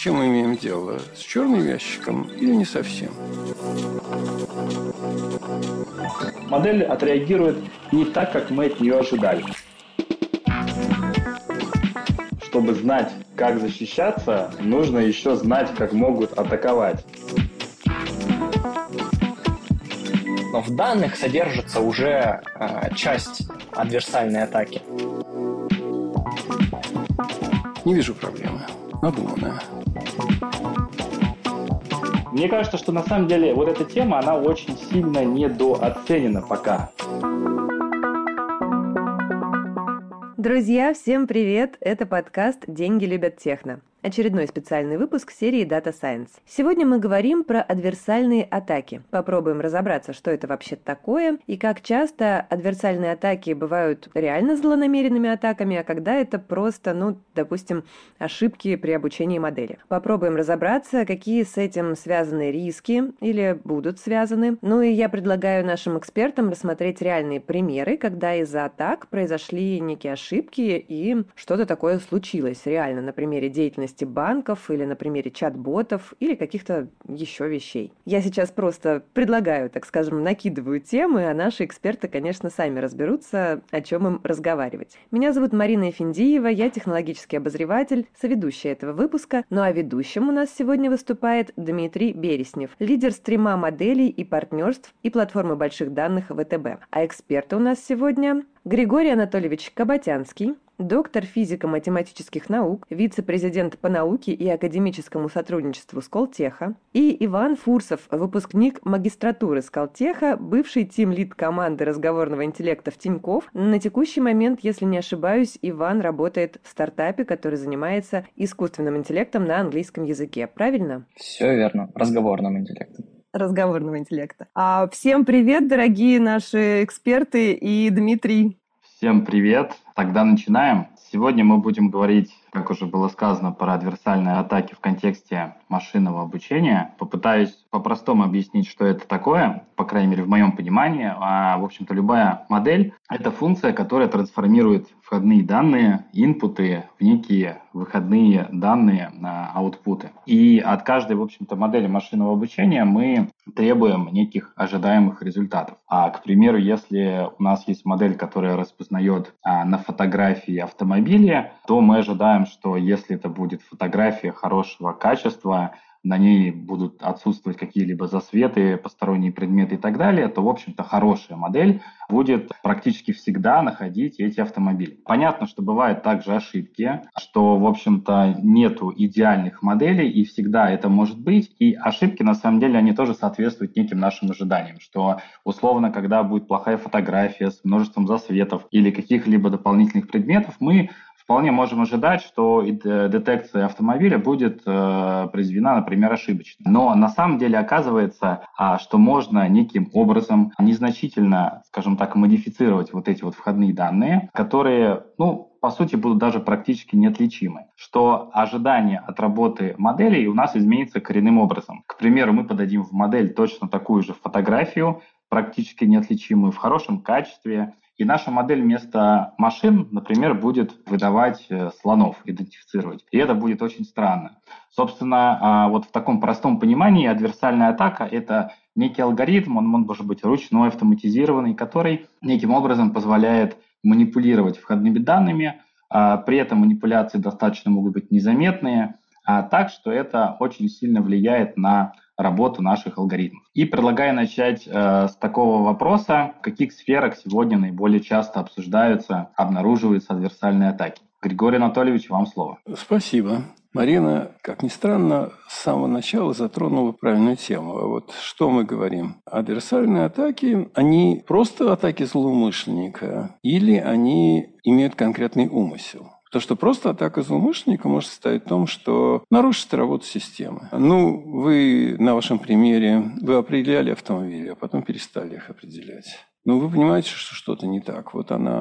чем мы имеем дело? С черным ящиком или не совсем? Модель отреагирует не так, как мы от нее ожидали. Чтобы знать, как защищаться, нужно еще знать, как могут атаковать. Но в данных содержится уже часть адверсальной атаки. Не вижу проблемы. Надуманная. Мне кажется, что на самом деле вот эта тема, она очень сильно недооценена пока. Друзья, всем привет! Это подкаст «Деньги любят техно». Очередной специальный выпуск серии Data Science. Сегодня мы говорим про адверсальные атаки. Попробуем разобраться, что это вообще такое, и как часто адверсальные атаки бывают реально злонамеренными атаками, а когда это просто, допустим, ошибки при обучении модели. Попробуем разобраться, какие с этим связаны риски или будут связаны. Ну и я предлагаю нашим экспертам рассмотреть реальные примеры, когда из-за атак произошли некие ошибки и что-то такое случилось реально на примере деятельности банков или на примере чат-ботов или каких-то еще вещей. Я сейчас просто предлагаю, так скажем, накидываю темы, а наши эксперты, конечно, сами разберутся, о чем им разговаривать. Меня зовут Марина Эфендиева, я технологический обозреватель, соведущая этого выпуска, ну а ведущим у нас сегодня выступает Дмитрий Береснев, лидер стрима моделей и партнерств и платформы больших данных ВТБ. А эксперты у нас сегодня Григорий Анатольевич Кабатянский, доктор физико-математических наук, вице-президент по науке и академическому сотрудничеству Сколтеха, и Иван Фурсов, выпускник магистратуры Сколтеха, бывший тим-лид команды разговорного интеллекта в Тинькофф. На текущий момент, если не ошибаюсь, Иван работает в стартапе, который занимается искусственным интеллектом на английском языке. Правильно? Все верно. Разговорным интеллектом. Разговорного интеллекта. Всем привет, дорогие наши эксперты и Дмитрий. Всем привет! Тогда начинаем. Сегодня мы будем говорить, как уже было сказано, про адверсальные атаки в контексте машинного обучения. Попытаюсь по-простому объяснить, что это такое, по крайней мере, в моем понимании. В общем-то, любая модель – это функция, которая трансформирует входные данные, инпуты в некие выходные данные, аутпуты. И от каждой, в общем-то, модели машинного обучения мы требуем неких ожидаемых результатов. К примеру, если у нас есть модель, которая распознает на фотографии автомобиля, то мы ожидаем, что если это будет фотография хорошего качества, на ней будут отсутствовать какие-либо засветы, посторонние предметы и так далее, то, в общем-то, хорошая модель будет практически всегда находить эти автомобили. Понятно, что бывают также ошибки, что, в общем-то, нету идеальных моделей, и всегда это может быть. И ошибки, на самом деле, они тоже соответствуют неким нашим ожиданиям, что, условно, когда будет плохая фотография с множеством засветов или каких-либо дополнительных предметов, мы вполне можем ожидать, что детекция автомобиля будет произведена, например, ошибочно. Но на самом деле оказывается, что можно неким образом незначительно, скажем так, модифицировать вот эти вот входные данные, которые, по сути, будут даже практически неотличимы. Что ожидание от работы моделей у нас изменится коренным образом. К примеру, мы подадим в модель точно такую же фотографию, практически неотличимую, в хорошем качестве, и наша модель вместо машин, например, будет выдавать слонов, идентифицировать. И это будет очень странно. Собственно, вот в таком простом понимании адверсальная атака – это некий алгоритм, он может быть ручной, автоматизированный, который неким образом позволяет манипулировать входными данными. При этом манипуляции достаточно могут быть незаметные, так что это очень сильно влияет на работу наших алгоритмов. И предлагаю начать с такого вопроса: в каких сферах сегодня наиболее часто обнаруживаются адверсальные атаки? Григорий Анатольевич, вам слово. Спасибо. Марина, как ни странно, с самого начала затронула правильную тему. А вот что мы говорим? Адверсальные атаки, они просто атаки злоумышленника или они имеют конкретный умысел? То, что просто атака злоумышленника может состоять в том, что нарушится работа системы. Вы на вашем примере, вы определяли автомобили, а потом перестали их определять. Вы понимаете, что что-то не так. Вот она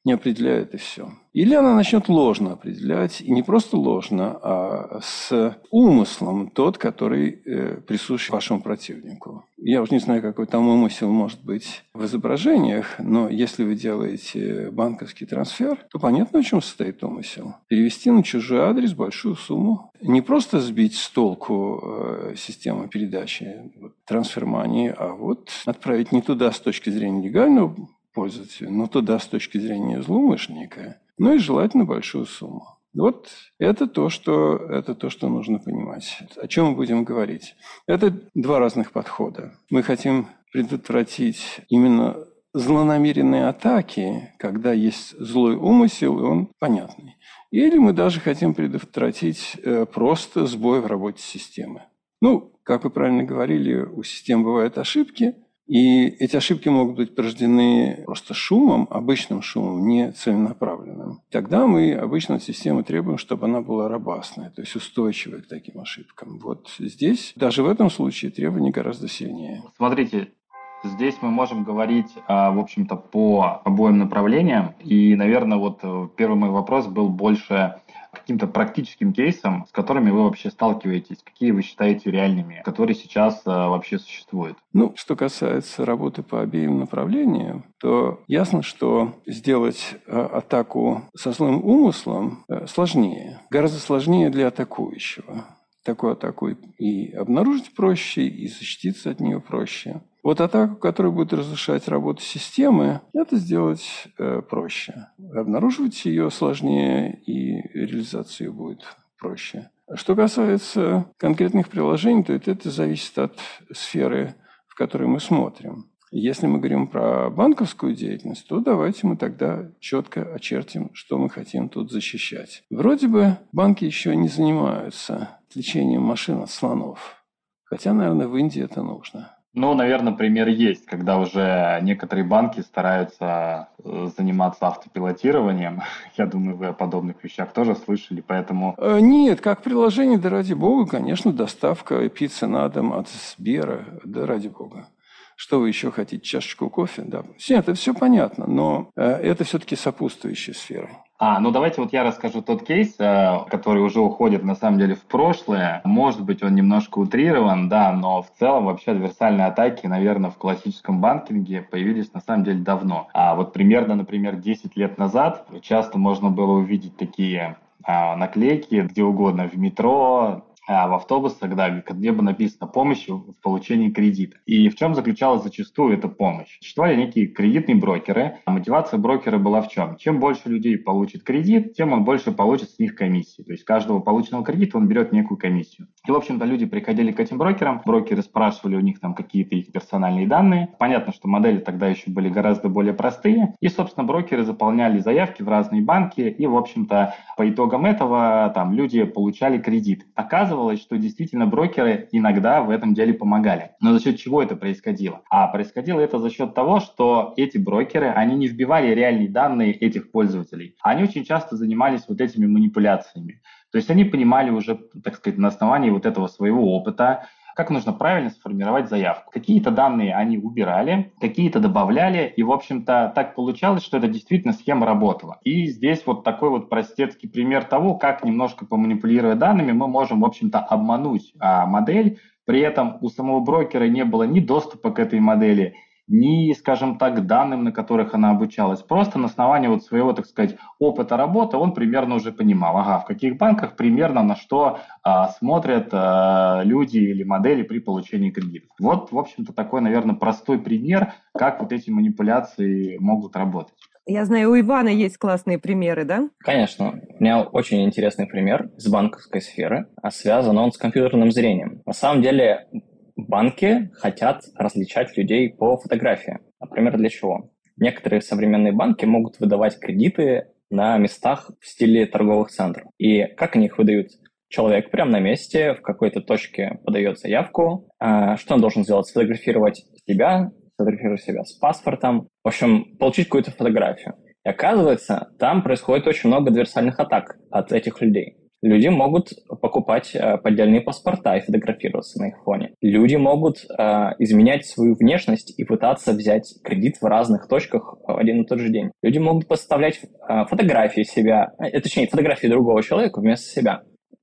не определяет и все. Или она начнет ложно определять, и не просто ложно, а с умыслом тот, который присущ вашему противнику. Я уже не знаю, какой там умысел может быть в изображениях, но если вы делаете банковский трансфер, то понятно, в чем состоит умысел. Перевести на чужой адрес большую сумму. Не просто сбить с толку систему передачи трансфер-мани, а вот отправить не туда с точки зрения легального пользователя, но туда с точки зрения злоумышленника, ну и желательно большую сумму. Вот это то, что нужно понимать. О чем мы будем говорить? Это два разных подхода. Мы хотим предотвратить именно злонамеренные атаки, когда есть злой умысел, и он понятный. Или мы даже хотим предотвратить просто сбой в работе системы. Ну, как вы правильно говорили, у систем бывают ошибки, и эти ошибки могут быть порождены просто шумом, обычным шумом, не целенаправленным. Тогда мы обычно от системы требуем, чтобы она была робастной, то есть устойчивой к таким ошибкам. Вот здесь, даже в этом случае, требования гораздо сильнее. Смотрите, здесь мы можем говорить, в общем-то, по обоим направлениям. И, наверное, вот первый мой вопрос был больше каким-то практическим кейсом, с которыми вы вообще сталкиваетесь, какие вы считаете реальными, которые сейчас вообще существуют? Ну, что касается работы по обеим направлениям, то ясно, что сделать атаку со злым умыслом сложнее. Гораздо сложнее для атакующего. Такую атаку и обнаружить проще, и защититься от нее проще. Вот атаку, которая будет разрушать работу системы, это сделать проще. Обнаруживать ее сложнее, и реализация ее будет проще. Что касается конкретных приложений, то это зависит от сферы, в которой мы смотрим. Если мы говорим про банковскую деятельность, то давайте мы тогда четко очертим, что мы хотим тут защищать. Вроде бы банки еще не занимаются отличением машин от слонов. Хотя, наверное, в Индии это нужно. Ну, наверное, пример есть, когда уже некоторые банки стараются заниматься автопилотированием. Я думаю, вы о подобных вещах тоже слышали, поэтому... Нет, как приложение, да ради бога, конечно, доставка пиццы на дом от Сбера, да ради бога. Что вы еще хотите? Чашечку кофе? Да. Нет, это все понятно, но это все-таки сопутствующие сферы. Ну давайте вот я расскажу тот кейс, который уже уходит на самом деле в прошлое. Может быть, он немножко утрирован, да, но в целом вообще адверсальные атаки, наверное, в классическом банкинге появились на самом деле давно. Вот примерно, например, 10 лет назад часто можно было увидеть такие наклейки где угодно, в метро, в автобусах, да, где бы написано «помощь в получении кредита». И в чем заключалась зачастую эта помощь? Существовали некие кредитные брокеры. Мотивация брокера была в чем? Чем больше людей получит кредит, тем он больше получит с них комиссии. То есть каждого полученного кредита он берет некую комиссию. И, в общем-то, люди приходили к этим брокерам, брокеры спрашивали у них там какие-то их персональные данные. Понятно, что модели тогда еще были гораздо более простые. И, собственно, брокеры заполняли заявки в разные банки. И, в общем-то, по итогам этого там люди получали кредит. Оказывалось, что действительно брокеры иногда в этом деле помогали. Но за счет чего это происходило? Происходило это за счет того, что эти брокеры, они не вбивали реальные данные этих пользователей. Они очень часто занимались вот этими манипуляциями. То есть они понимали уже, так сказать, на основании вот этого своего опыта, как нужно правильно сформировать заявку. Какие-то данные они убирали, какие-то добавляли, и, в общем-то, так получалось, что это действительно схема работала. И здесь вот такой вот простецкий пример того, как немножко поманипулируя данными, мы можем, в общем-то, обмануть модель. При этом у самого брокера не было ни доступа к этой модели, ни, скажем так, данным, на которых она обучалась. Просто на основании вот своего, так сказать, опыта работы он примерно уже понимал, в каких банках примерно на что смотрят люди или модели при получении кредитов. Вот, в общем-то, такой, наверное, простой пример, как вот эти манипуляции могут работать. Я знаю, у Ивана есть классные примеры, да? Конечно. У меня очень интересный пример из банковской сферы, связан он с компьютерным зрением. На самом деле, банки хотят различать людей по фотографии. Например, для чего? Некоторые современные банки могут выдавать кредиты на местах в стиле торговых центров. И как они их выдают? Человек прямо на месте в какой-то точке подает заявку. Что он должен сделать? Сфотографировать себя с паспортом. В общем, получить какую-то фотографию. И оказывается, там происходит очень много адверсальных атак от этих людей. Люди могут покупать поддельные паспорта и фотографироваться на их фоне. Люди могут изменять свою внешность и пытаться взять кредит в разных точках в один и тот же день. Люди могут поставлять фотографии себя, точнее, фотографии другого человека вместо себя.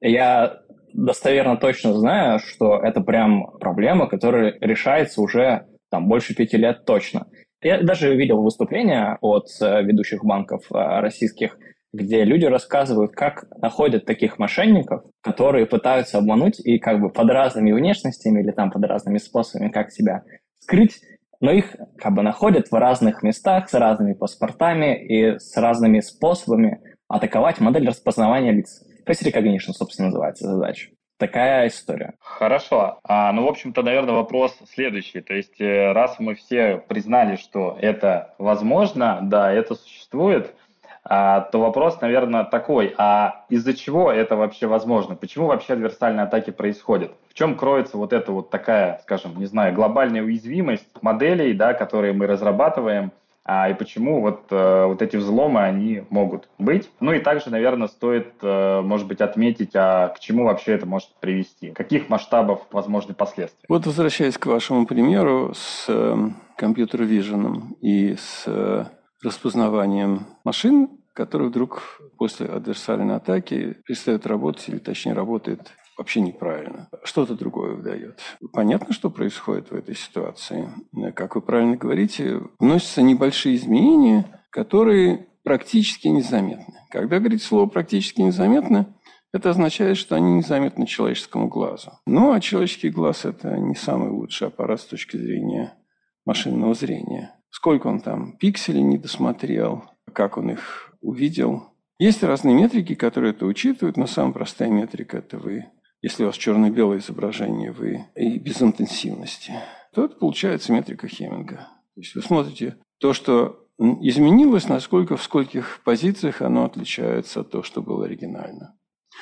Я достоверно точно знаю, что это прям проблема, которая решается уже больше 5 лет точно. Я даже видел выступления от ведущих банков российских, где люди рассказывают, как находят таких мошенников, которые пытаются обмануть и под разными внешностями или под разными способами, как себя скрыть, но их находят в разных местах с разными паспортами и с разными способами атаковать модель распознавания лиц. Face recognition, собственно, называется задача. Такая история. Хорошо. В общем-то, наверное, вопрос следующий. То есть, раз мы все признали, что это возможно, да, это существует, то вопрос, наверное, такой, а из-за чего это вообще возможно? Почему вообще адверсальные атаки происходят? В чем кроется эта такая, скажем, не знаю, глобальная уязвимость моделей, да, которые мы разрабатываем, и почему эти взломы, они могут быть? И также, наверное, стоит, может быть, отметить, к чему вообще это может привести? Каких масштабов возможны последствия? Возвращаясь к вашему примеру с компьютер-виженом и с распознаванием машин, которые вдруг после адверсальной атаки перестают работать, или точнее работает вообще неправильно. Что-то другое выдает. Понятно, что происходит в этой ситуации. Как вы правильно говорите, вносятся небольшие изменения, которые практически незаметны. Когда говорить слово «практически незаметно», это означает, что они незаметны человеческому глазу. А человеческий глаз – это не самый лучший аппарат с точки зрения машинного зрения. Сколько он пикселей не досмотрел, как он их увидел. Есть разные метрики, которые это учитывают, но самая простая метрика – это если у вас черно-белое изображение, и без интенсивности, то это получается метрика Хеминга. То есть вы смотрите то, что изменилось, насколько в скольких позициях оно отличается от того, что было оригинально.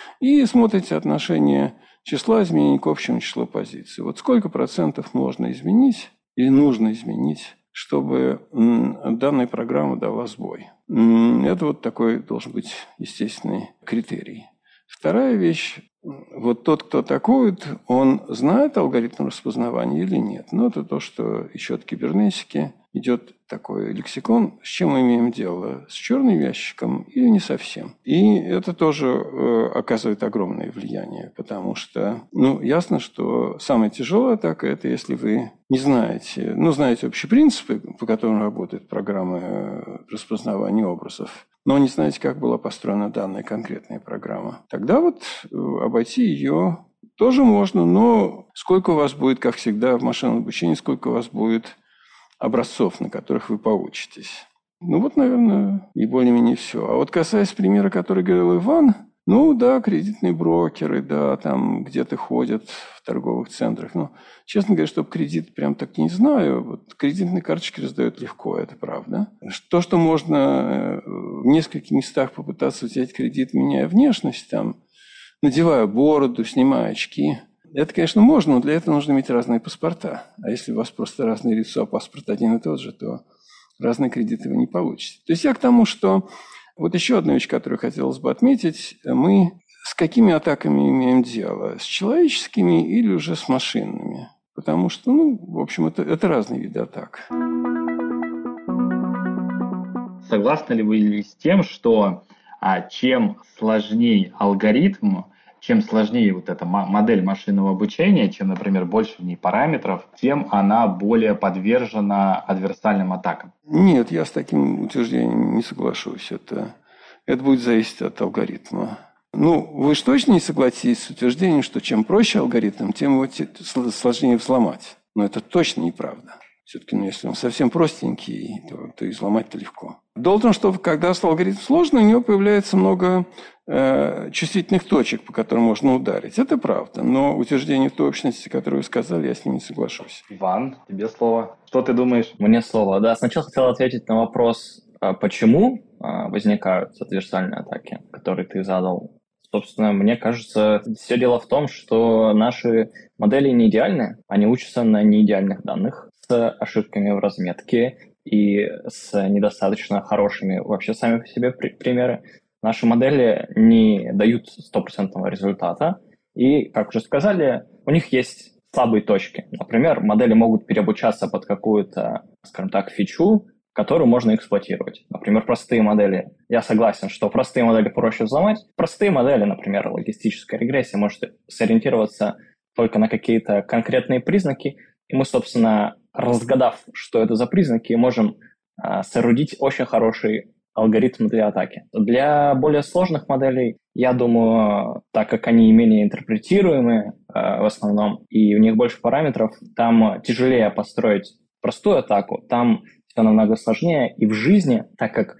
И смотрите отношение числа изменений к общему числу позиций. Сколько процентов можно изменить или нужно изменить, чтобы данная программа дала сбой. Это такой должен быть естественный критерий. Вторая вещь. Тот, кто атакует, он знает алгоритм распознавания или нет. Это то, что еще от кибернетики идет такой лексикон, с чем мы имеем дело, с черным ящиком или не совсем. И это тоже оказывает огромное влияние, потому что, ясно, что самая тяжелая атака – это если вы не знаете, знаете общие принципы, по которым работает программа распознавания образов, но не знаете, как была построена данная конкретная программа. Тогда обойти ее тоже можно, но сколько у вас будет, как всегда в машинном обучении, сколько у вас будет образцов, на которых вы поучитесь. Наверное, и более-менее все. А касаясь примера, который говорил Иван, кредитные брокеры, где-то ходят в торговых центрах. Честно говоря, чтобы кредит, прям так не знаю. Кредитные карточки раздают легко, это правда. То, что можно в нескольких местах попытаться взять кредит, меняя внешность, надевая бороду, снимая очки. Это, конечно, можно, но для этого нужно иметь разные паспорта. А если у вас просто разное лицо, а паспорт один и тот же, то разные кредиты вы не получите. То есть я к тому, что еще одна вещь, которую хотелось бы отметить. Мы с какими атаками имеем дело? С человеческими или уже с машинными? Потому что, в общем, это разные виды атак. Согласны ли вы с тем, что чем сложнее алгоритм, чем сложнее эта модель машинного обучения, чем, например, больше в ней параметров, тем она более подвержена адверсальным атакам? Нет, я с таким утверждением не соглашусь. Это будет зависеть от алгоритма. Вы же точно не согласитесь с утверждением, что чем проще алгоритм, тем его сложнее взломать. Но это точно неправда. Все-таки, если он совсем простенький, то взломать-то легко. Дело в том, что когда алгоритм сложный, у него появляется много чувствительных точек, по которым можно ударить. Это правда. Но утверждение в той общности, которое вы сказали, я с ним не соглашусь. Иван, тебе слово. Что ты думаешь? Мне слово. Да, сначала хотел ответить на вопрос, почему возникают адверсальные атаки, которые ты задал. Собственно, мне кажется, все дело в том, что наши модели не идеальны. Они учатся на неидеальных данных с ошибками в разметке и с недостаточно хорошими вообще сами по себе примеры Наши модели не дают стопроцентного результата, и, как уже сказали, у них есть слабые точки. Например, модели могут переобучаться под какую-то, скажем так, фичу, которую можно эксплуатировать. Например, простые модели. Я согласен, что простые модели проще взломать. Простые модели, например, логистическая регрессия, может сориентироваться только на какие-то конкретные признаки, и мы, собственно, разгадав, что это за признаки, можем соорудить очень хороший алгоритм для атаки. Для более сложных моделей, я думаю, так как они менее интерпретируемы в основном, и у них больше параметров, там тяжелее построить простую атаку, там все намного сложнее, и в жизни, так как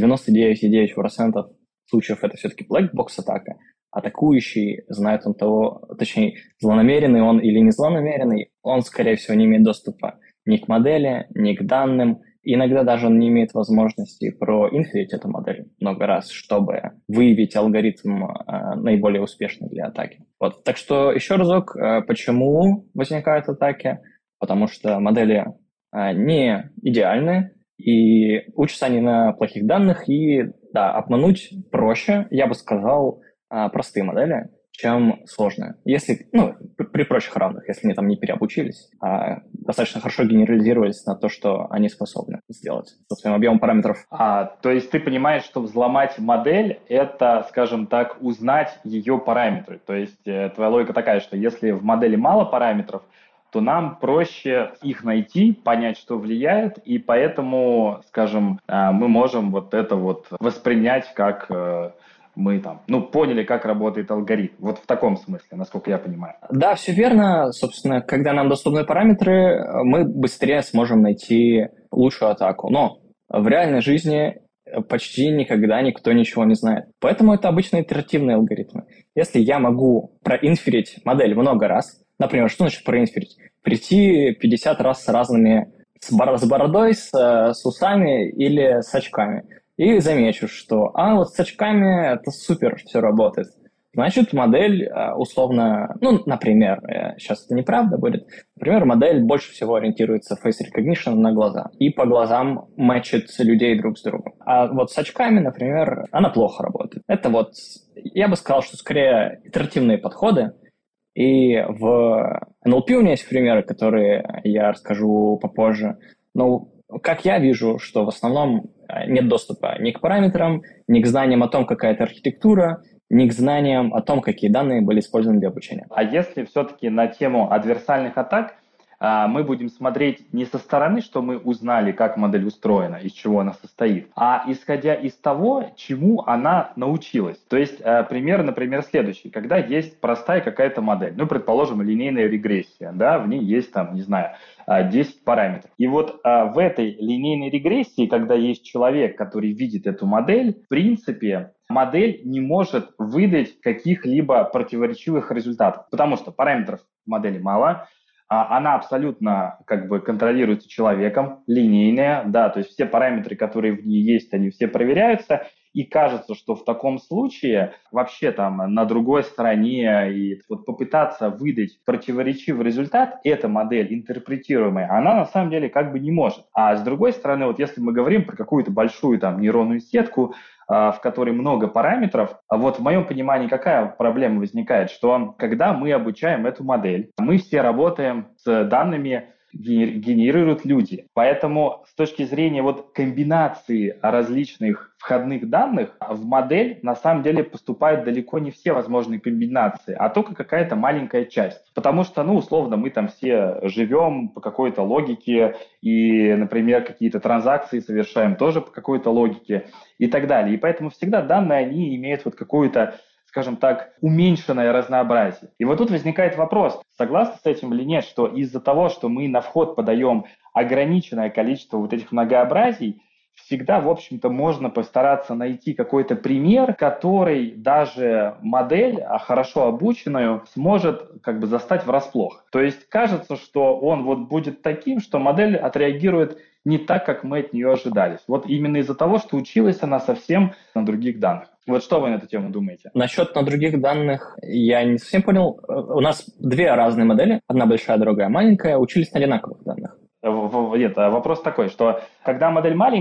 99,9% случаев это все-таки black-box атака, атакующий, знает он того, точнее, злонамеренный он или не злонамеренный, он, скорее всего, не имеет доступа ни к модели, ни к данным. Иногда даже он не имеет возможности проинферить эту модель много раз, чтобы выявить алгоритм наиболее успешный для атаки. Вот. Так что еще разок, почему возникают атаки? Потому что модели не идеальны, и учатся они на плохих данных, и да, обмануть проще, я бы сказал, простые модели, чем сложные. Если, при прочих равных, если они там не переобучились, а достаточно хорошо генерализировались на то, что они способны сделать со своим объемом параметров. То есть ты понимаешь, что взломать модель – это, скажем так, узнать ее параметры. То есть твоя логика такая, что если в модели мало параметров, то нам проще их найти, понять, что влияет, и поэтому, скажем, мы можем вот это вот воспринять как мы там, поняли, как работает алгоритм. Вот в таком смысле, насколько я понимаю. Да, все верно. Собственно, когда нам доступны параметры, мы быстрее сможем найти лучшую атаку. Но в реальной жизни почти никогда никто ничего не знает. Поэтому это обычно итеративные алгоритмы. Если я могу проинферить модель много раз, например, что значит проинферить? Прийти 50 раз с разными, с бородой, с усами или с очками. И замечу, что вот с очками это супер все работает. Значит, модель условно, например, сейчас это неправда будет, например, модель больше всего ориентируется в face recognition на глаза. И по глазам мэчит людей друг с другом. А вот с очками, например, она плохо работает. Это вот, я бы сказал, что скорее итеративные подходы. И в NLP у меня есть примеры, которые я расскажу попозже. Как я вижу, что в основном нет доступа ни к параметрам, ни к знаниям о том, какая это архитектура, ни к знаниям о том, какие данные были использованы для обучения. А если все-таки на тему адверсальных атак мы будем смотреть не со стороны, что мы узнали, как модель устроена, из чего она состоит, а исходя из того, чему она научилась. То есть пример, например, следующий. Когда есть простая какая-то модель, предположим, линейная регрессия, да, в ней есть 10 параметров. И вот в этой линейной регрессии, когда есть человек, который видит эту модель, в принципе, модель не может выдать каких-либо противоречивых результатов, потому что параметров в модели мало, она абсолютно контролируется человеком, линейная, да, то есть все параметры, которые в ней есть, они все проверяются, и кажется, что в таком случае вообще на другой стороне и попытаться выдать противоречивый результат, эта модель интерпретируемая, она на самом деле не может. А с другой стороны, если мы говорим про какую-то большую нейронную сетку, в которой много параметров, в моем понимании какая проблема возникает, что когда мы обучаем эту модель, мы все работаем с данными, генерируют люди. Поэтому с точки зрения комбинации различных входных данных в модель на самом деле поступают далеко не все возможные комбинации, а только какая-то маленькая часть. Потому что, условно, мы все живем по какой-то логике и, например, какие-то транзакции совершаем тоже по какой-то логике и так далее. И поэтому всегда данные, они имеют какую-то, скажем так, уменьшенное разнообразие. И тут возникает вопрос, согласны с этим или нет, что из-за того, что мы на вход подаем ограниченное количество этих многообразий, всегда, в общем-то, можно постараться найти какой-то пример, который даже модель, хорошо обученную, сможет застать врасплох. То есть кажется, что он будет таким, что модель отреагирует не так, как мы от нее ожидали. Именно из-за того, что училась она совсем на других данных. Что вы на эту тему думаете? Насчет на других данных я не совсем понял. У нас две разные модели, одна большая, другая маленькая, учились на одинаковых данных. Нет, вопрос такой, что когда модель маленькая,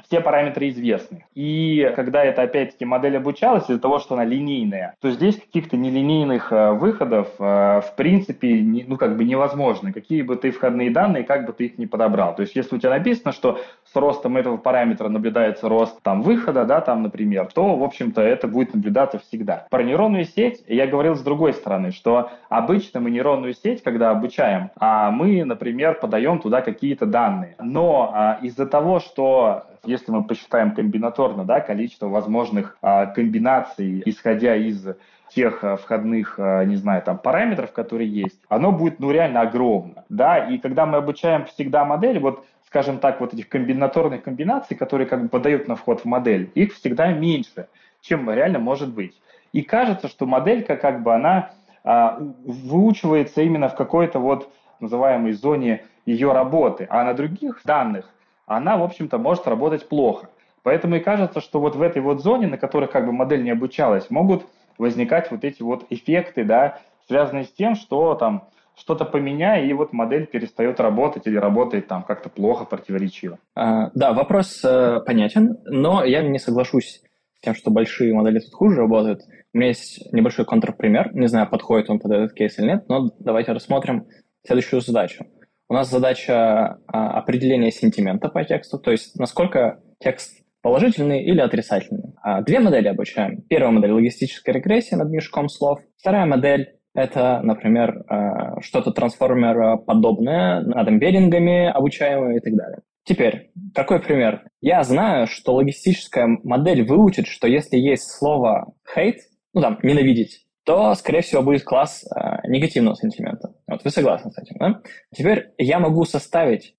все параметры известны. И когда эта, опять-таки, модель обучалась, из-за того, что она линейная, то здесь каких-то нелинейных выходов в принципе невозможно. Какие бы ты входные данные, как бы ты их ни подобрал. То есть если у тебя написано, что с ростом этого параметра наблюдается рост выхода, например, то, в общем-то, это будет наблюдаться всегда. Про нейронную сеть я говорил с другой стороны, что обычно мы нейронную сеть, когда обучаем, мы, например, подаем туда какие-то данные. Но из-за того, что если мы посчитаем комбинаторно, количество возможных комбинаций, исходя из тех входных, параметров, которые есть, оно будет, реально огромно, и когда мы обучаем всегда модель, скажем так, этих комбинаторных комбинаций, которые подают на вход в модель, их всегда меньше, чем реально может быть. И кажется, что моделька, она выучивается именно в какой-то называемой зоне ее работы, а на других данных она, в общем-то, может работать плохо. Поэтому и кажется, что в этой зоне, на которых модель не обучалась, могут возникать эти эффекты, связанные с тем, что что-то поменяя, и модель перестает работать или работает как-то плохо, противоречиво. Да, вопрос понятен, но я не соглашусь с тем, что большие модели тут хуже работают. У меня есть небольшой контрпример, не знаю, подходит он под этот кейс или нет, но давайте рассмотрим следующую задачу. У нас задача определения сентимента по тексту, то есть насколько текст положительный или отрицательный. Две модели обучаем. Первая модель – логистическая регрессия над мешком слов. Вторая модель – это, например, что-то трансформер-подобное над эмбеддингами обучаемое и так далее. Теперь, какой пример? Я знаю, что логистическая модель выучит, что если есть слово hate, ненавидеть, то, скорее всего, будет класс негативного сентимента. Вы согласны с этим, да? Теперь я могу составить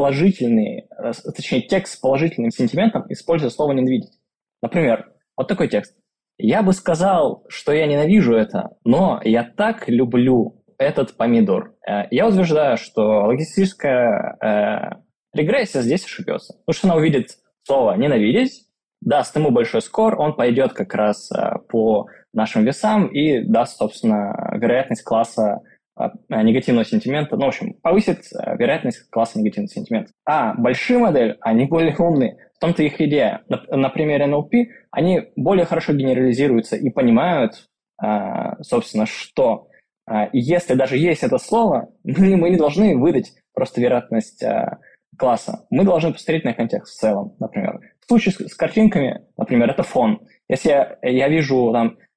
текст с положительным сентиментом, используя слово «ненавидеть». Например, такой текст. Я бы сказал, что я ненавижу это, но я так люблю этот помидор. Я утверждаю, что логистическая регрессия здесь ошибется. Потому что она увидит слово «ненавидеть», даст ему большой скор, он пойдет как раз по нашим весам и даст, собственно, вероятность класса негативного сентимента. Повысит вероятность класса негативного сентимента. Большие модели, они более умные. В том-то их идея. На примере NLP они более хорошо генерализируются и понимают, собственно, что если даже есть это слово, мы не должны выдать просто вероятность класса. Мы должны посмотреть на контекст в целом, например. В случае с картинками, например, это фон. Если я вижу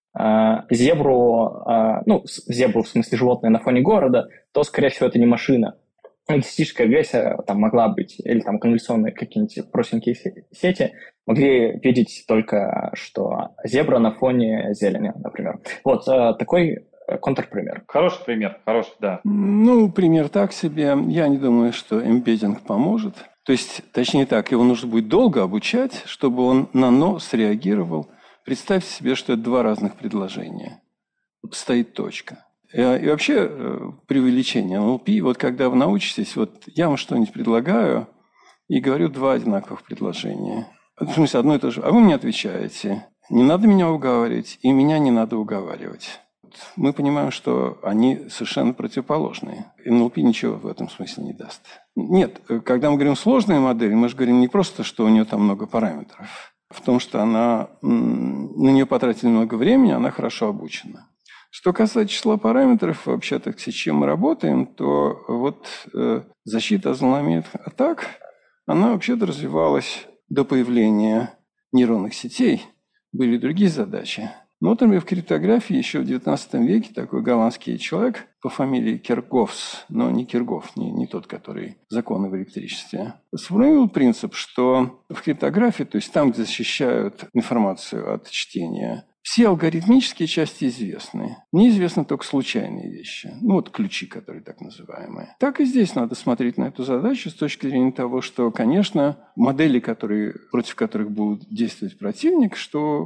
зебру, зебру в смысле животное на фоне города, то, скорее всего, это не машина. Логистическая регрессия могла быть, или конволюционные какие-нибудь простенькие сети могли видеть только, что зебра на фоне зелени, например. Такой контрпример. Хороший пример, да. Пример так себе. Я не думаю, что эмбеддинг поможет. То есть, точнее так, его нужно будет долго обучать, чтобы он на «но» среагировал. Представьте себе, что это два разных предложения. Стоит точка. И вообще преувеличение NLP, когда вы научитесь, я вам что-нибудь предлагаю и говорю два одинаковых предложения. В смысле, одно и то же. А вы мне отвечаете. Не надо меня уговаривать, и меня не надо уговаривать. Мы понимаем, что они совершенно противоположные. NLP ничего в этом смысле не даст. Нет, когда мы говорим сложная модель, мы же говорим не просто, что у нее там много параметров. В том, что она на нее потратили много времени, она хорошо обучена. Что касается числа параметров, вообще-то, с чем мы работаем, то защита от злонамеренных атак, она вообще-то развивалась до появления нейронных сетей. Были другие задачи. Например, в криптографии еще в XIX веке такой голландский человек по фамилии Киркгофс, но не Киргоф, не тот, который законы в электричестве, сформулировал принцип, что в криптографии, то есть там, где защищают информацию от чтения, все алгоритмические части известны. Неизвестны только случайные вещи. Ключи, которые так называемые. Так и здесь надо смотреть на эту задачу с точки зрения того, что, конечно, модели, против которых будет действовать противник, что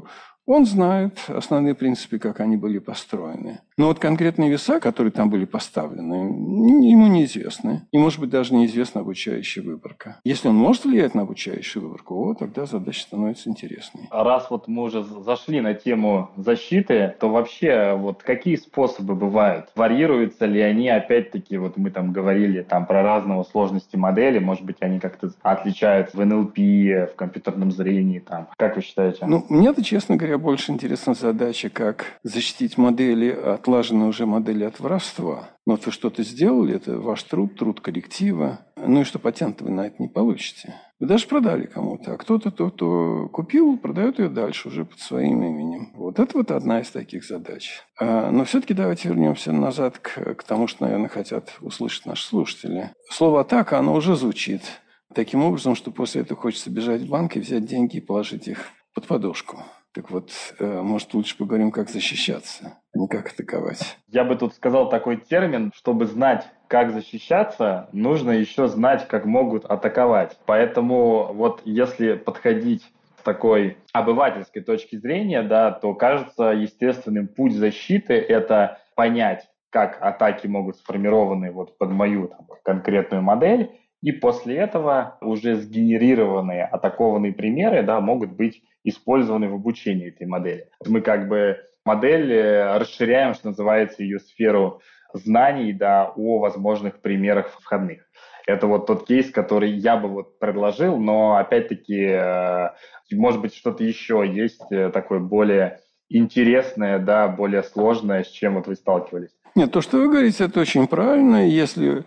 Он знает основные принципы, как они были построены. Но вот конкретные веса, которые там были поставлены, ему неизвестны. И, может быть, даже неизвестна обучающая выборка. Если он может влиять на обучающую выборку, тогда задача становится интересной. А раз вот мы уже зашли на тему защиты, то вообще вот какие способы бывают? Варьируются ли они, опять-таки, вот мы там говорили там про разного сложности модели, может быть, они как-то отличаются в НЛП, в компьютерном зрении, там. Как вы считаете? Мне-то, честно говоря, больше интересна задача, как защитить модели, отлаженные уже модели от воровства. Но вот вы что-то сделали, это ваш труд коллектива. И что патент вы на это не получите. Вы даже продали кому-то, а кто-то, кто купил, продает ее дальше уже под своим именем. Вот это вот одна из таких задач. Но все-таки давайте вернемся назад к тому, что, наверное, хотят услышать наши слушатели. Слово «атака», оно уже звучит таким образом, что после этого хочется бежать в банк и взять деньги и положить их под подушку. Так вот, может, лучше поговорим, как защищаться, а не как атаковать. Я бы тут сказал такой термин: чтобы знать, как защищаться, нужно еще знать, как могут атаковать. Поэтому вот если подходить с такой обывательской точки зрения, да, то кажется, естественным путь защиты – это понять, как атаки могут сформированы вот под мою там конкретную модель, и после этого уже сгенерированные атакованные примеры, да, могут быть использованы в обучении этой модели. Мы как бы модель расширяем, что называется, ее сферу знаний, да, о возможных примерах входных. Это вот тот кейс, который я бы вот предложил, но опять-таки, может быть, что-то еще есть такое более интересное, да, более сложное, с чем вот вы сталкивались. Нет, то, что вы говорите, это очень правильно. Если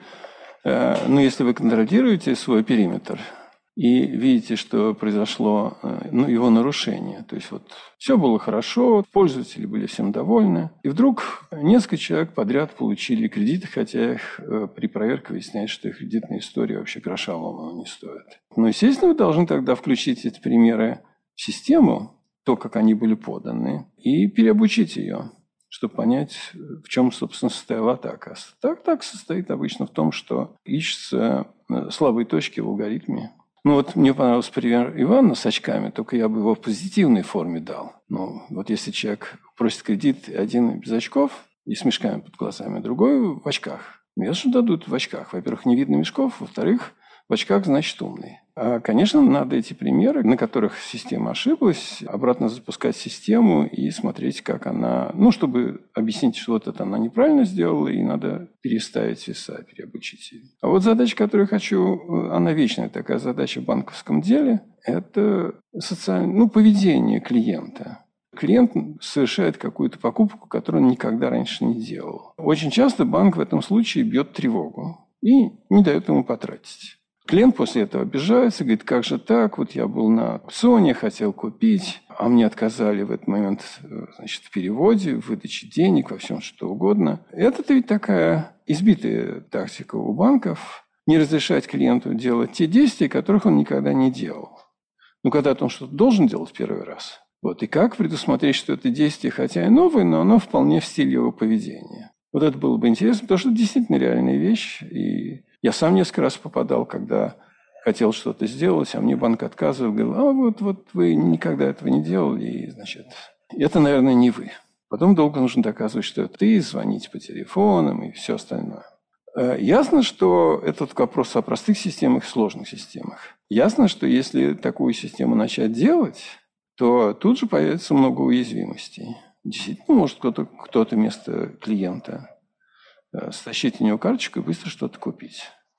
вы контролируете свой периметр и видите, что произошло его нарушение, то есть вот все было хорошо, пользователи были всем довольны, и вдруг несколько человек подряд получили кредиты, хотя их при проверке выясняется, что их кредитная история вообще гроша ломаного не стоит. Но, естественно, вы должны тогда включить эти примеры в систему, то, как они были поданы, и переобучить ее, чтобы понять, в чем, собственно, состояла атака. Так состоит обычно в том, что ищутся слабые точки в алгоритме. Мне понравился пример Ивана с очками, только я бы его в позитивной форме дал. Вот если человек просит кредит, один без очков и с мешками под глазами, другой в очках. Конечно, дадут в очках. Во-первых, не видно мешков, во-вторых, в очках, значит, умный. Конечно, надо эти примеры, на которых система ошиблась, обратно запускать систему и смотреть, как она... чтобы объяснить, что вот это она неправильно сделала, и надо переставить веса, переобучить ее. А вот задача, которую я хочу, она вечная такая задача в банковском деле, это поведение клиента. Клиент совершает какую-то покупку, которую он никогда раньше не делал. Очень часто банк в этом случае бьет тревогу и не дает ему потратить. Клиент после этого обижается, говорит, как же так, вот я был на аукционе, хотел купить, а мне отказали в этот момент, в переводе, в выдаче денег, во всем что угодно. Это ведь такая избитая тактика у банков, не разрешать клиенту делать те действия, которых он никогда не делал. Когда-то он что-то должен делать первый раз. И как предусмотреть, что это действие, хотя и новое, но оно вполне в стиле его поведения. Вот это было бы интересно, потому что это действительно реальная вещь, и я сам несколько раз попадал, когда хотел что-то сделать, а мне банк отказывал, говорил, вот вы никогда этого не делали, и, это, наверное, не вы. Потом долго нужно доказывать, что это ты, звонить по телефонам и все остальное. Ясно, что это вопрос о простых системах и сложных системах. Ясно, что если такую систему начать делать, то тут же появится много уязвимостей. Действительно, может кто-то вместо клиента стащить у него карточку и быстро что-то купить.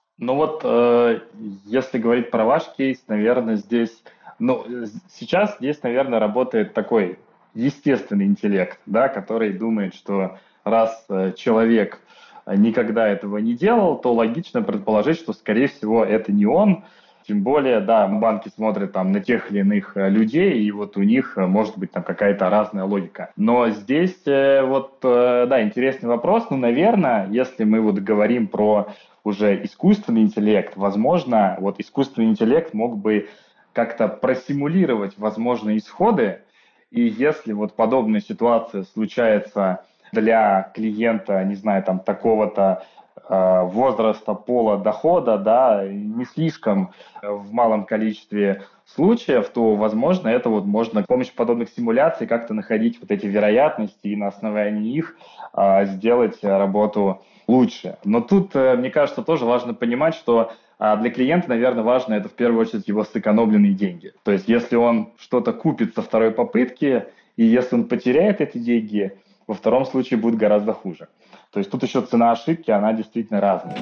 Если говорить про ваш кейс, наверное, сейчас здесь, наверное, работает такой естественный интеллект, да, который думает, что раз человек никогда этого не делал, то логично предположить, что, скорее всего, это не он. Тем более, да, банки смотрят на тех или иных людей, и вот у них может быть какая-то разная логика. Но здесь интересный вопрос. Наверное, если мы говорим про уже искусственный интеллект, возможно, искусственный интеллект мог бы как-то просимулировать возможные исходы, и если подобная ситуация случается для клиента, такого-то возраста, пола, дохода, да, не слишком в малом количестве случаев, то, возможно, это вот можно с помощью подобных симуляций как-то находить вот эти вероятности и на основании их сделать работу лучше. Но тут, мне кажется, тоже важно понимать, что для клиента, наверное, важно это в первую очередь его сэкономленные деньги. То есть, если он что-то купит со второй попытки, и если он потеряет эти деньги, во втором случае будет гораздо хуже. То есть, тут еще цена ошибки, она действительно разная.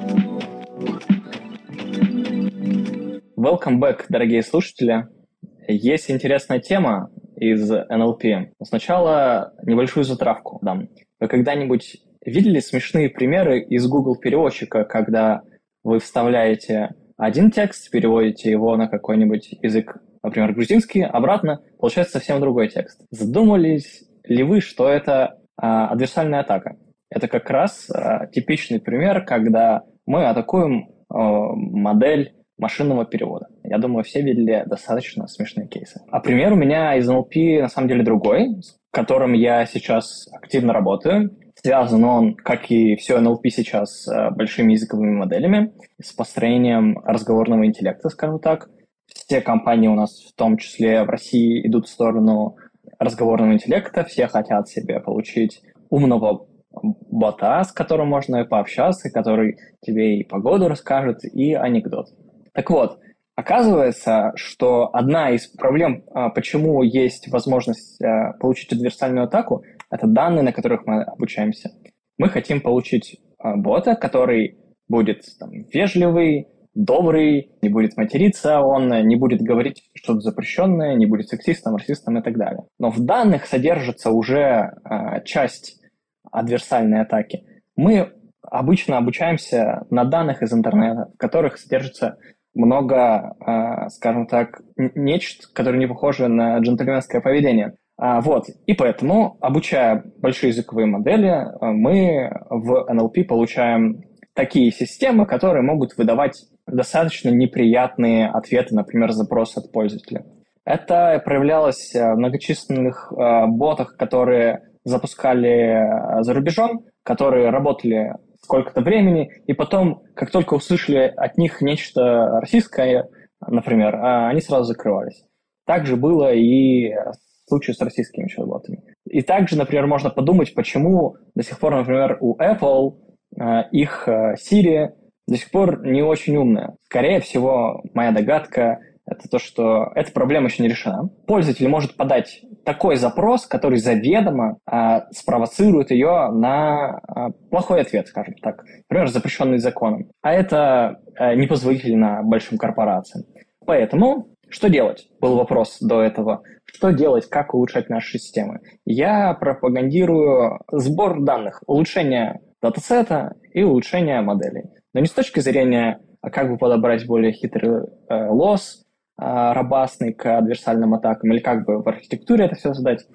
Welcome back, дорогие слушатели. Есть интересная тема из NLP. Сначала небольшую затравку дам. Вы когда-нибудь видели смешные примеры из Google переводчика, когда вы вставляете один текст, переводите его на какой-нибудь язык, например, грузинский, обратно получается совсем другой текст. Задумались ли вы, что это адверсальная атака? Это как раз типичный пример, когда мы атакуем модель машинного перевода. Я думаю, все видели достаточно смешные кейсы. А пример у меня из NLP на самом деле другой, с которым я сейчас активно работаю. Связан он, как и все NLP сейчас, с большими языковыми моделями, с построением разговорного интеллекта, скажем так. Все компании у нас, в том числе в России, идут в сторону разговорного интеллекта. Все хотят себе получить умного бота, с которым можно пообщаться, который тебе и погоду расскажет, и анекдот. Так вот, оказывается, что одна из проблем, почему есть возможность получить адверсальную атаку, это данные, на которых мы обучаемся. Мы хотим получить бота, который будет вежливый, добрый, не будет материться, он не будет говорить что-то запрещенное, не будет сексистом, расистом и так далее. Но в данных содержится уже часть адверсальной атаки. Мы обычно обучаемся на данных из интернета, в которых содержится много, скажем так, нечто, которое не похоже на джентльменское поведение. Вот. И поэтому, обучая большие языковые модели, мы в NLP получаем такие системы, которые могут выдавать достаточно неприятные ответы, например, запрос от пользователя. Это проявлялось в многочисленных ботах, которые запускали за рубежом, которые работали сколько-то времени, и потом, как только услышали от них нечто российское, например, они сразу закрывались. Также было и в случае с российскими чат-ботами. И также, например, можно подумать, почему до сих пор, например, у Apple их Siri до сих пор не очень умная. Скорее всего, моя догадка – это то, что эта проблема еще не решена. Пользователь может подать такой запрос, который заведомо спровоцирует ее на плохой ответ, скажем так. Например, запрещенный законом. А это непозволительно большим корпорациям. Поэтому что делать? Был вопрос до этого. Что делать, как улучшать наши системы? Я пропагандирую сбор данных, улучшение датасета и улучшение моделей. Но не с точки зрения, как бы подобрать более хитрый лосс, робастный к адверсальным атакам, или как бы в архитектуре это все создать.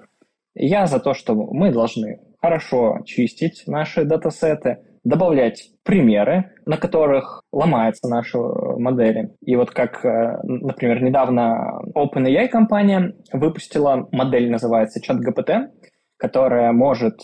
Я за то, что мы должны хорошо чистить наши датасеты, добавлять примеры, на которых ломаются наши модели. И вот как, например, недавно OpenAI компания выпустила модель, называется ChatGPT, которая может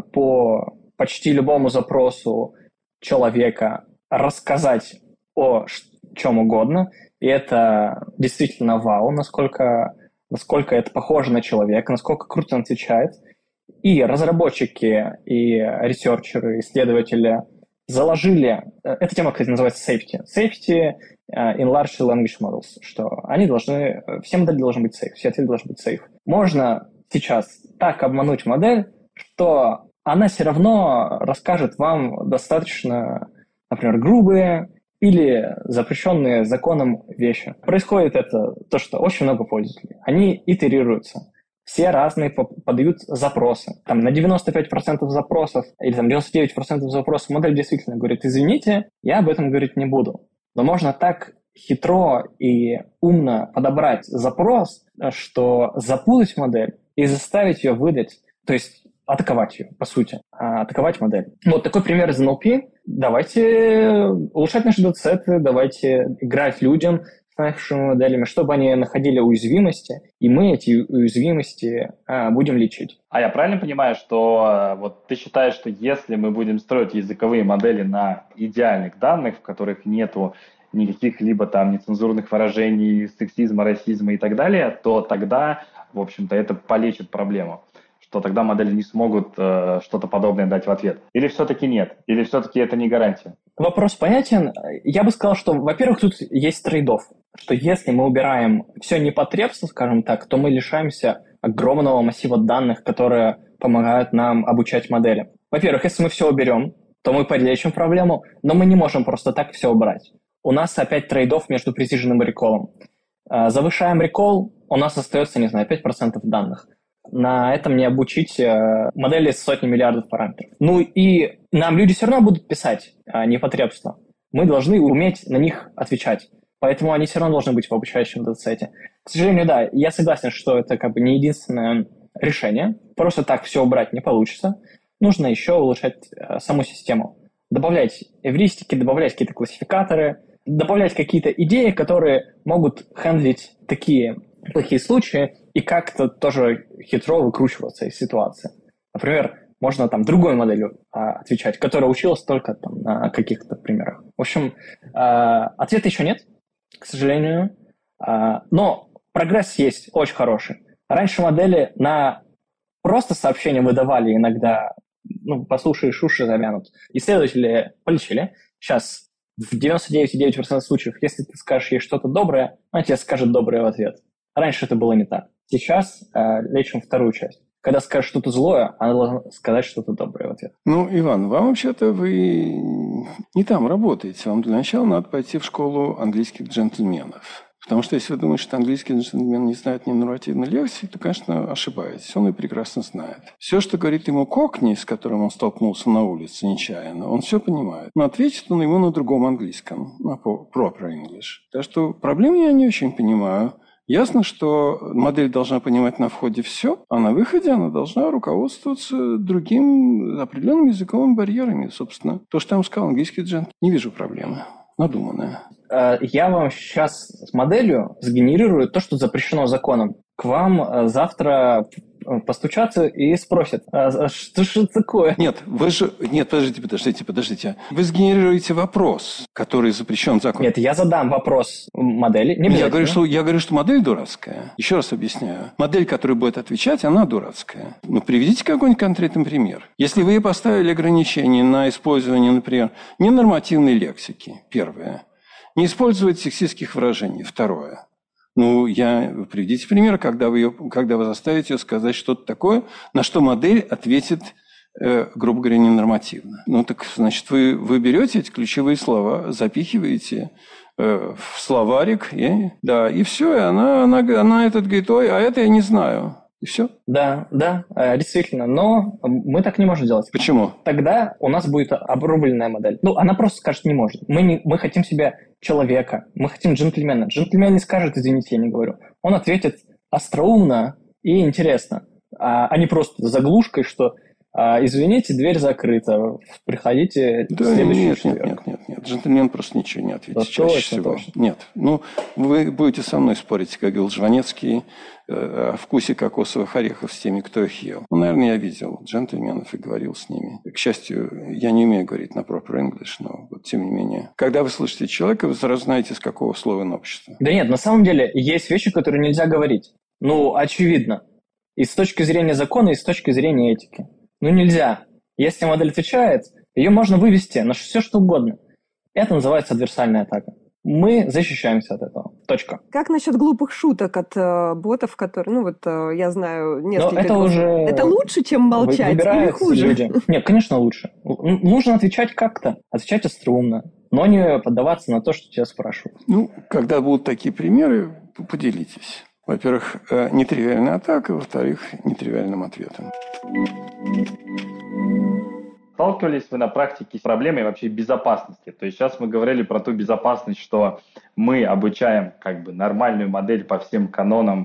по почти любому запросу человека рассказать о чем угодно. И это действительно вау, насколько это похоже на человека, насколько круто он отвечает. И разработчики, и ресерчеры, исследователи заложили... Эта тема, кстати, называется safety. Safety in large language models, что они должны... Все модели должны быть safe, все ответы должны быть safe. Можно сейчас так обмануть модель, что она все равно расскажет вам достаточно, например, грубые или запрещенные законом вещи. Происходит это то, что очень много пользователей. Они итерируются. Все разные подают запросы. Там на 95% запросов или там 99% запросов модель действительно говорит: извините, я об этом говорить не буду. Но можно так хитро и умно подобрать запрос, что запутать модель и заставить ее выдать, то есть атаковать ее, по сути, атаковать модель. Вот такой пример из NLP. Давайте улучшать наши датасеты, давайте играть людям с нашими моделями, чтобы они находили уязвимости, и мы эти уязвимости будем лечить. А я правильно понимаю, что вот ты считаешь, что если мы будем строить языковые модели на идеальных данных, в которых нету никаких либо там нецензурных выражений, сексизма, расизма и так далее, то тогда, в общем-то, это полечит проблему, что тогда модели не смогут что-то подобное дать в ответ? Или все-таки нет? Или все-таки это не гарантия? Вопрос понятен. Я бы сказал, что, во-первых, тут есть трейд-офф, что если мы убираем все непотребство, скажем так, то мы лишаемся огромного массива данных, которые помогают нам обучать модели. Во-первых, если мы все уберем, то мы полечим проблему, но мы не можем просто так все убрать. У нас опять трейд-офф между precision и recall. Завышаем recall, у нас остается, 5% данных. На этом не обучить модели с сотней миллиардов параметров. Ну и нам люди все равно будут писать непотребства. Мы должны уметь на них отвечать. Поэтому они все равно должны быть в обучающем датасете. К сожалению, да, я согласен, что это не единственное решение. Просто так все убрать не получится. Нужно еще улучшать саму систему. Добавлять эвристики, добавлять какие-то классификаторы, добавлять какие-то идеи, которые могут хендлить такие плохие случаи и как-то тоже хитро выкручиваться из ситуации. Например, можно другой моделью отвечать, которая училась только на каких-то примерах. В общем, ответа еще нет, к сожалению, но прогресс есть очень хороший. Раньше модели на просто сообщения выдавали иногда, послушаешь, уши завянут. Исследователи полечили. Сейчас в 99,9% случаев, если ты скажешь ей что-то доброе, она тебе скажет доброе в ответ. Раньше это было не так. Сейчас лечим вторую часть. Когда скажешь что-то злое, она должна сказать что-то доброе в ответ. Иван, вам вообще-то вы не там работаете. Вам для начала надо пойти в школу английских джентльменов. Потому что если вы думаете, что английский джентльмен не знает ни нормативной лексики, то, конечно, ошибаетесь. Он ее прекрасно знает. Все, что говорит ему Кокни, с которым он столкнулся на улице нечаянно, он все понимает. Но ответит он ему на другом английском, на proper English. Так что проблем я не очень понимаю. Ясно, что модель должна понимать на входе все, а на выходе она должна руководствоваться другим определенными языковыми барьерами. Собственно, то, что я вам сказал, английский джент, не вижу проблемы. Надуманная. Я вам сейчас с моделью сгенерирую то, что запрещено законом. К вам завтра постучатся и спросят, что же такое? Нет, подождите. Вы сгенерируете вопрос, который запрещен законом. Нет, я задам вопрос модели. Я говорю, что модель дурацкая. Еще раз объясняю. Модель, которая будет отвечать, она дурацкая. Приведите какой-нибудь конкретный пример. Если вы поставили ограничение на использование, например, ненормативной лексики, первое. Не использовать сексистских выражений, второе. Приведите пример, когда вы заставите ее сказать что-то такое, на что модель ответит, грубо говоря, ненормативно. Значит, вы берете эти ключевые слова, запихиваете в словарик, и все, и она этот говорит, а это я не знаю. И все? Да, действительно. Но мы так не можем делать. Почему? Тогда у нас будет обрубленная модель. Она просто скажет, не может. Мы хотим себе человека, мы хотим джентльмена. Джентльмен не скажет, извините, я не говорю. Он ответит остроумно и интересно, а не просто заглушкой, что извините, дверь закрыта, приходите в следующий четверг. Нет, джентльмен просто ничего не ответит чаще всего. Нет, вы будете со мной спорить, как говорил Жванецкий, о вкусе кокосовых орехов с теми, кто их ел. Наверное, я видел джентльменов и говорил с ними. К счастью, я не умею говорить на proper English, но тем не менее. Когда вы слышите человека, вы сразу знаете, с какого слова он общество. Да нет, на самом деле есть вещи, которые нельзя говорить. Очевидно. И с точки зрения закона, и с точки зрения этики. Нельзя. Если модель отвечает, ее можно вывести на все, что угодно. Это называется адверсальная атака. Мы защищаемся от этого. Точка. Как насчет глупых шуток от ботов, которые, я знаю несколько... Это лучше, чем молчать, или хуже? Люди. Нет, конечно, лучше. Нужно отвечать как-то. Отвечать остроумно. Но не поддаваться на то, что тебя спрашивают. Когда будут такие примеры, поделитесь. Во-первых, нетривиальная атака, во-вторых, нетривиальным ответом. Сталкивались вы на практике с проблемой вообще безопасности? То есть сейчас мы говорили про ту безопасность, что мы обучаем нормальную модель по всем канонам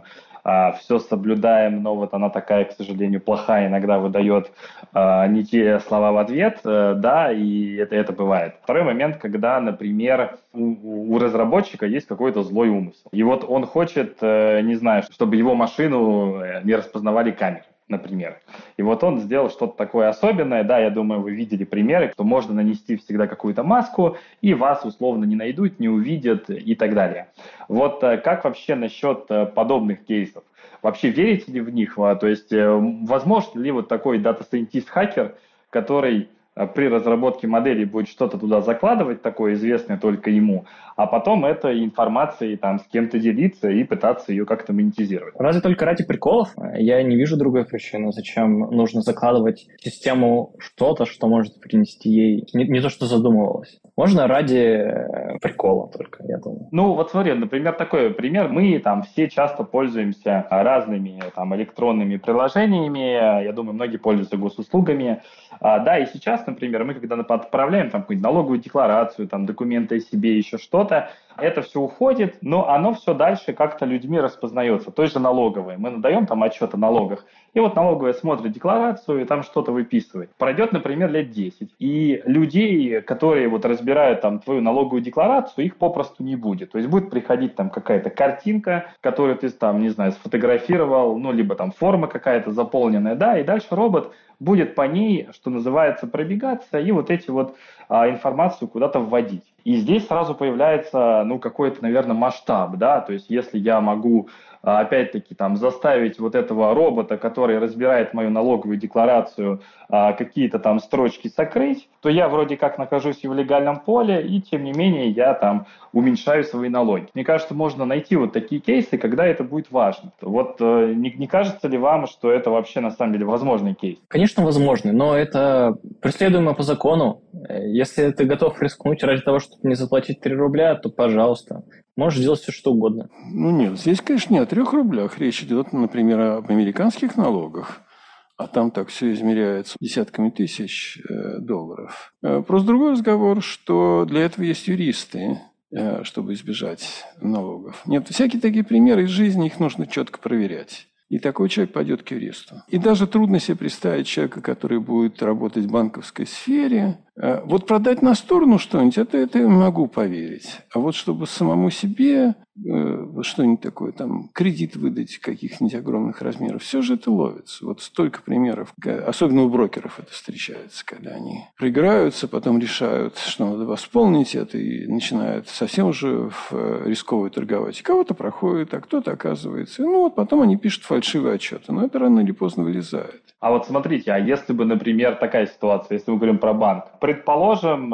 все соблюдаем, но вот она такая, к сожалению, плохая, иногда выдает не те слова в ответ, да, и это бывает. Второй момент, когда, например, у разработчика есть какой-то злой умысел. И вот он хочет, не знаю, чтобы его машину не распознавали камеры, например. И вот он сделал что-то такое особенное, да, я думаю, вы видели примеры, что можно нанести всегда какую-то маску, и вас условно не найдут, не увидят и так далее. Вот как вообще насчет подобных кейсов? Вообще верите ли в них? То есть возможно ли вот такой дата-сайентист-хакер, который при разработке модели будет что-то туда закладывать, такое известное только ему, а потом этой информацией там с кем-то делиться и пытаться ее как-то монетизировать. Разве только ради приколов? Я не вижу другой причины, зачем нужно закладывать в систему что-то, что может принести ей не то, что задумывалось. Можно ради прикола только, я думаю. Ну, вот смотри, например, такой пример. Мы там все часто пользуемся разными там электронными приложениями. Я думаю, многие пользуются госуслугами. Да, и сейчас, например, мы когда отправляем там какую-нибудь налоговую декларацию, там документы о себе, еще что-то, это все уходит, но оно все дальше как-то людьми распознается. Той же налоговой. Мы надаем там отчет о налогах, и вот налоговая смотрит декларацию и там что-то выписывает. Пройдет, например, лет 10. И людей, которые вот разбирают там твою налоговую декларацию, их попросту не будет. То есть будет приходить там какая-то картинка, которую ты там, не знаю, сфотографировал, ну, либо там форма какая-то заполненная, да, и дальше робот будет по ней, что называется, пробегаться и вот эти вот информацию куда-то вводить. И здесь сразу появляется, ну, какой-то, наверное, масштаб, да, то есть если я могу опять-таки там заставить вот этого робота, который разбирает мою налоговую декларацию, какие-то там строчки сокрыть, то я вроде как нахожусь в легальном поле, и тем не менее я там уменьшаю свои налоги. Мне кажется, можно найти вот такие кейсы, когда это будет важно. Вот не кажется ли вам, что это вообще на самом деле возможный кейс? Конечно, возможный, но это преследуемо по закону. Если ты готов рискнуть ради того, чтобы не заплатить 3 рубля, то пожалуйста. Можешь делать все, что угодно. Ну нет, здесь, конечно, не о 3 рублях. Речь идет, например, об американских налогах. А там так все измеряется десятками тысяч долларов. Просто другой разговор, что для этого есть юристы, чтобы избежать налогов. Нет, всякие такие примеры из жизни, их нужно четко проверять. И такой человек пойдет к юристу. И даже трудно себе представить человека, который будет работать в банковской сфере. Вот продать на сторону что-нибудь, это я могу поверить. А вот чтобы самому себе что-нибудь такое, там, кредит выдать каких-нибудь огромных размеров, все же это ловится. Вот столько примеров, особенно у брокеров это встречается, когда они проиграются, потом решают, что надо восполнить это, и начинают совсем уже рисково торговать. И кого-то проходит, а кто-то оказывается. Ну, вот потом они пишут фальшивые отчеты. Но это рано или поздно вылезает. А вот смотрите, а если бы, например, такая ситуация, если мы говорим про банк, предположим,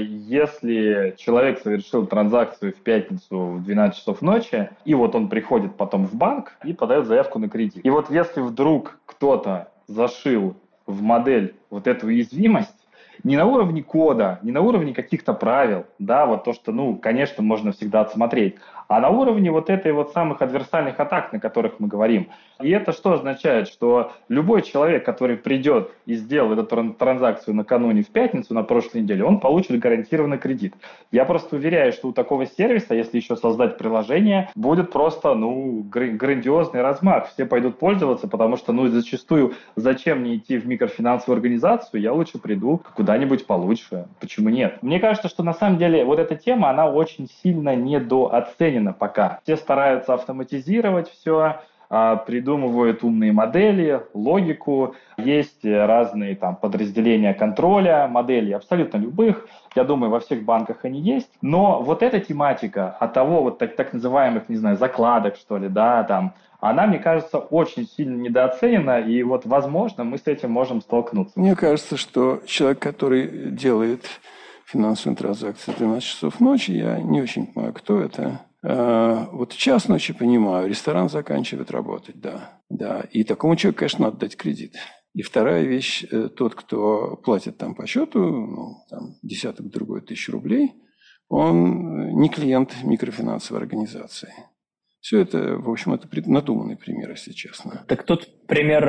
если человек совершил транзакцию в пятницу в 12 часов ночи, и вот он приходит потом в банк и подает заявку на кредит. И вот если вдруг кто-то зашил в модель вот эту уязвимость, не на уровне кода, не на уровне каких-то правил, да, вот то, что, ну, конечно, можно всегда отсмотреть, а на уровне вот этой вот самых адверсальных атак, на которых мы говорим. И это что означает? Что любой человек, который придет и сделал эту транзакцию накануне в пятницу, на прошлой неделе, он получит гарантированный кредит. Я просто уверяю, что у такого сервиса, если еще создать приложение, будет просто, ну, грандиозный размах. Все пойдут пользоваться, потому что, ну, зачастую, зачем мне идти в микрофинансовую организацию, я лучше приду куда-нибудь получше. Почему нет? Мне кажется, что на самом деле вот эта тема, она очень сильно недооценена пока. Все стараются автоматизировать все, придумывают умные модели, логику. Есть разные там подразделения контроля моделей, абсолютно любых. Я думаю, во всех банках они есть. Но вот эта тематика от того вот так называемых, не знаю, закладок, что ли, да, там, она, мне кажется, очень сильно недооценена, и вот, возможно, мы с этим можем столкнуться. Мне кажется, что человек, который делает финансовые транзакции в 12 часов ночи, я не очень понимаю, кто это. Вот в час ночи понимаю, ресторан заканчивает работать, да. Да. И такому человеку, конечно, надо дать кредит. И вторая вещь, тот, кто платит там по счету, ну, там, десяток-другой тысяч рублей, он не клиент микрофинансовой организации. Все это, в общем, это надуманный пример, если честно. Так тут пример...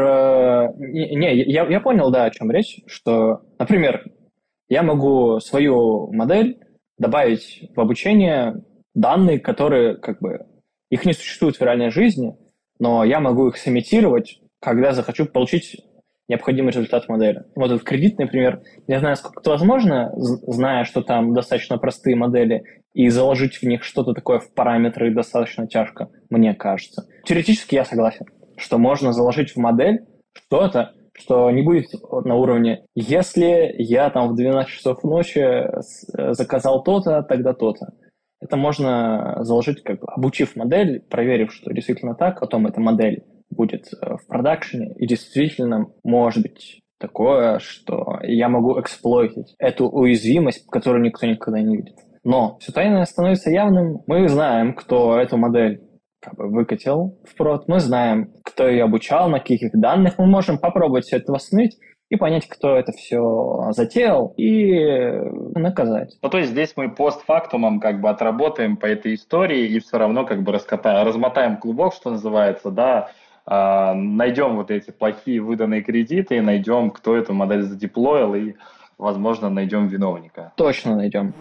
Я понял, да, о чем речь, что, например, я могу свою модель добавить в обучение данные, которые, как бы, их не существует в реальной жизни, но я могу их сымитировать, когда захочу получить необходимый результат модели. Вот этот кредит, например, не знаю, сколько это возможно, зная, что там достаточно простые модели, и заложить в них что-то такое в параметры достаточно тяжко, мне кажется. Теоретически я согласен, что можно заложить в модель что-то, что не будет на уровне «если я там в 12 часов ночи заказал то-то, тогда то-то». Это можно заложить, как бы обучив модель, проверив, что действительно так, потом эта модель будет в продакшене, и действительно может быть такое, что я могу эксплойтить эту уязвимость, которую никто никогда не видит. Но все тайное становится явным. Мы знаем, кто эту модель как бы выкатил в прод, мы знаем, кто ее обучал, на каких данных. Мы можем попробовать все это восстановить и понять, кто это все затеял, и наказать. Ну, то есть здесь мы постфактумом как бы отработаем по этой истории и все равно как бы размотаем клубок, что называется, да, найдем вот эти плохие выданные кредиты, найдем, кто эту модель задеплоил, и, возможно, найдем виновника. Точно найдем.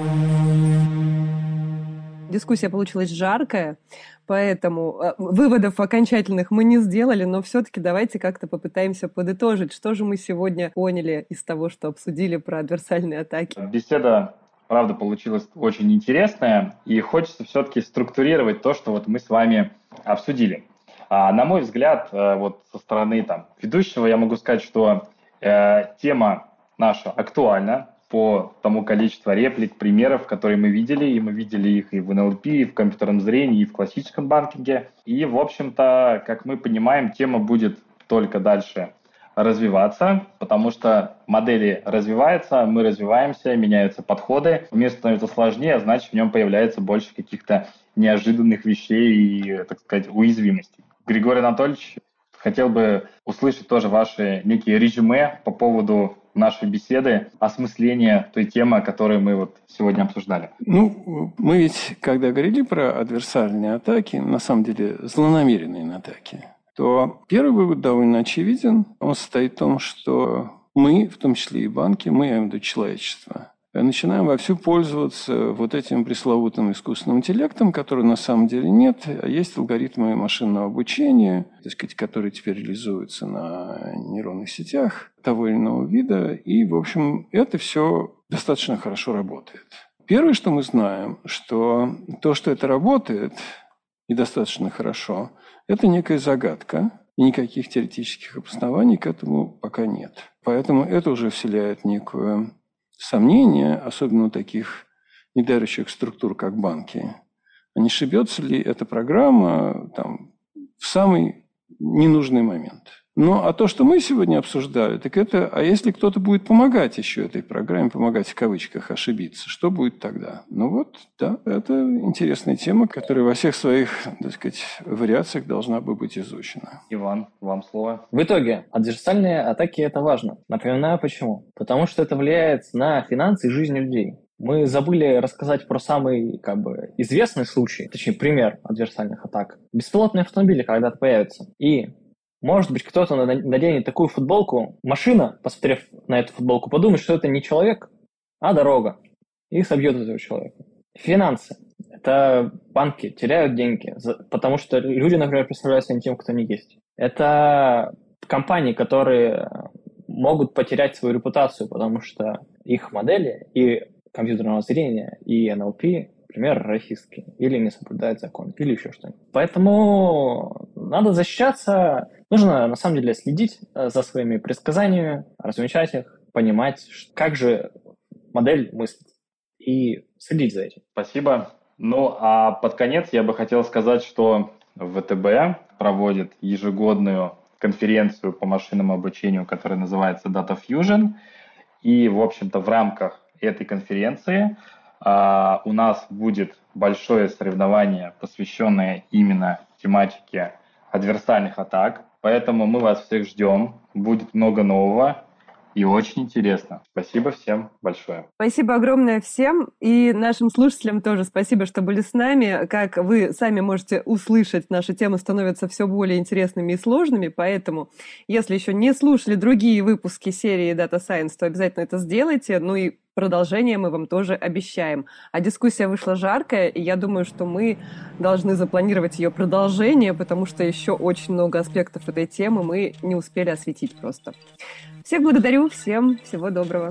Дискуссия получилась жаркая, поэтому выводов окончательных мы не сделали, но все-таки давайте как-то попытаемся подытожить, что же мы сегодня поняли из того, что обсудили про адверсальные атаки. Беседа, правда, получилась очень интересная, и хочется все-таки структурировать то, что вот мы с вами обсудили. На мой взгляд, вот со стороны ведущего я могу сказать, что тема наша актуальна по тому количеству реплик, примеров, которые мы видели, и мы видели их и в НЛП, и в компьютерном зрении, и в классическом банкинге. И, в общем-то, как мы понимаем, тема будет только дальше развиваться, потому что модели развиваются, мы развиваемся, меняются подходы, мир становится сложнее, а значит, в нем появляется больше каких-то неожиданных вещей и, так сказать, уязвимостей. Григорий Анатольевич, хотел бы услышать тоже ваши некие резюме по поводу нашей беседы, осмысления той темы, которую мы вот сегодня обсуждали. Ну, мы ведь, когда говорили про адверсальные атаки, на самом деле злонамеренные атаки, то первый вывод довольно очевиден. Он состоит в том, что мы, в том числе и банки, мы, я имею в виду человечество, начинаем вовсю пользоваться вот этим пресловутым искусственным интеллектом, который на самом деле нет, а есть алгоритмы машинного обучения, так сказать, которые теперь реализуются на нейронных сетях того или иного вида, и, в общем, это все достаточно хорошо работает. Первое, что мы знаем, что то, что это работает и достаточно хорошо, это некая загадка, и никаких теоретических обоснований к этому пока нет. Поэтому это уже вселяет некое сомнение, особенно у таких недоверчивых структур, как банки. А не ошибется ли эта программа в самый ненужный момент? Ну, а то, что мы сегодня обсуждали, так это, а если кто-то будет помогать еще этой программе, помогать в кавычках, ошибиться, что будет тогда? Ну вот, да, это интересная тема, которая во всех своих, так сказать, вариациях должна бы быть изучена. Иван, вам слово. В итоге, адверсальные атаки – это важно. Напоминаю, почему. Потому что это влияет на финансы и жизнь людей. Мы забыли рассказать про самый, известный случай, точнее, пример адверсальных атак. Беспилотные автомобили когда-то появятся. И может быть, кто-то наденет такую футболку, машина, посмотрев на эту футболку, подумает, что это не человек, а дорога, и собьет этого человека. Финансы. Это банки теряют деньги, потому что люди, например, представляются не тем, кто они есть. Это компании, которые могут потерять свою репутацию, потому что их модели и компьютерного зрения, и НЛП, например, российские, или не соблюдают закон, или еще что-нибудь. Поэтому надо защищаться. Нужно, на самом деле, следить за своими предсказаниями, размечать их, понимать, как же модель мыслит, и следить за этим. Спасибо. Ну, а под конец я бы хотел сказать, что ВТБ проводит ежегодную конференцию по машинному обучению, которая называется Data Fusion. И, в общем-то, в рамках этой конференции у нас будет большое соревнование, посвященное именно тематике адверсальных атак. Поэтому мы вас всех ждем. Будет много нового и очень интересно. Спасибо всем большое. Спасибо огромное всем и нашим слушателям тоже. Спасибо, что были с нами. Как вы сами можете услышать, наши темы становятся все более интересными и сложными, поэтому, если еще не слушали другие выпуски серии Data Science, то обязательно это сделайте. Ну и продолжение мы вам тоже обещаем. А дискуссия вышла жаркая, и я думаю, что мы должны запланировать ее продолжение, потому что еще очень много аспектов этой темы мы не успели осветить просто. Всех благодарю, всем всего доброго.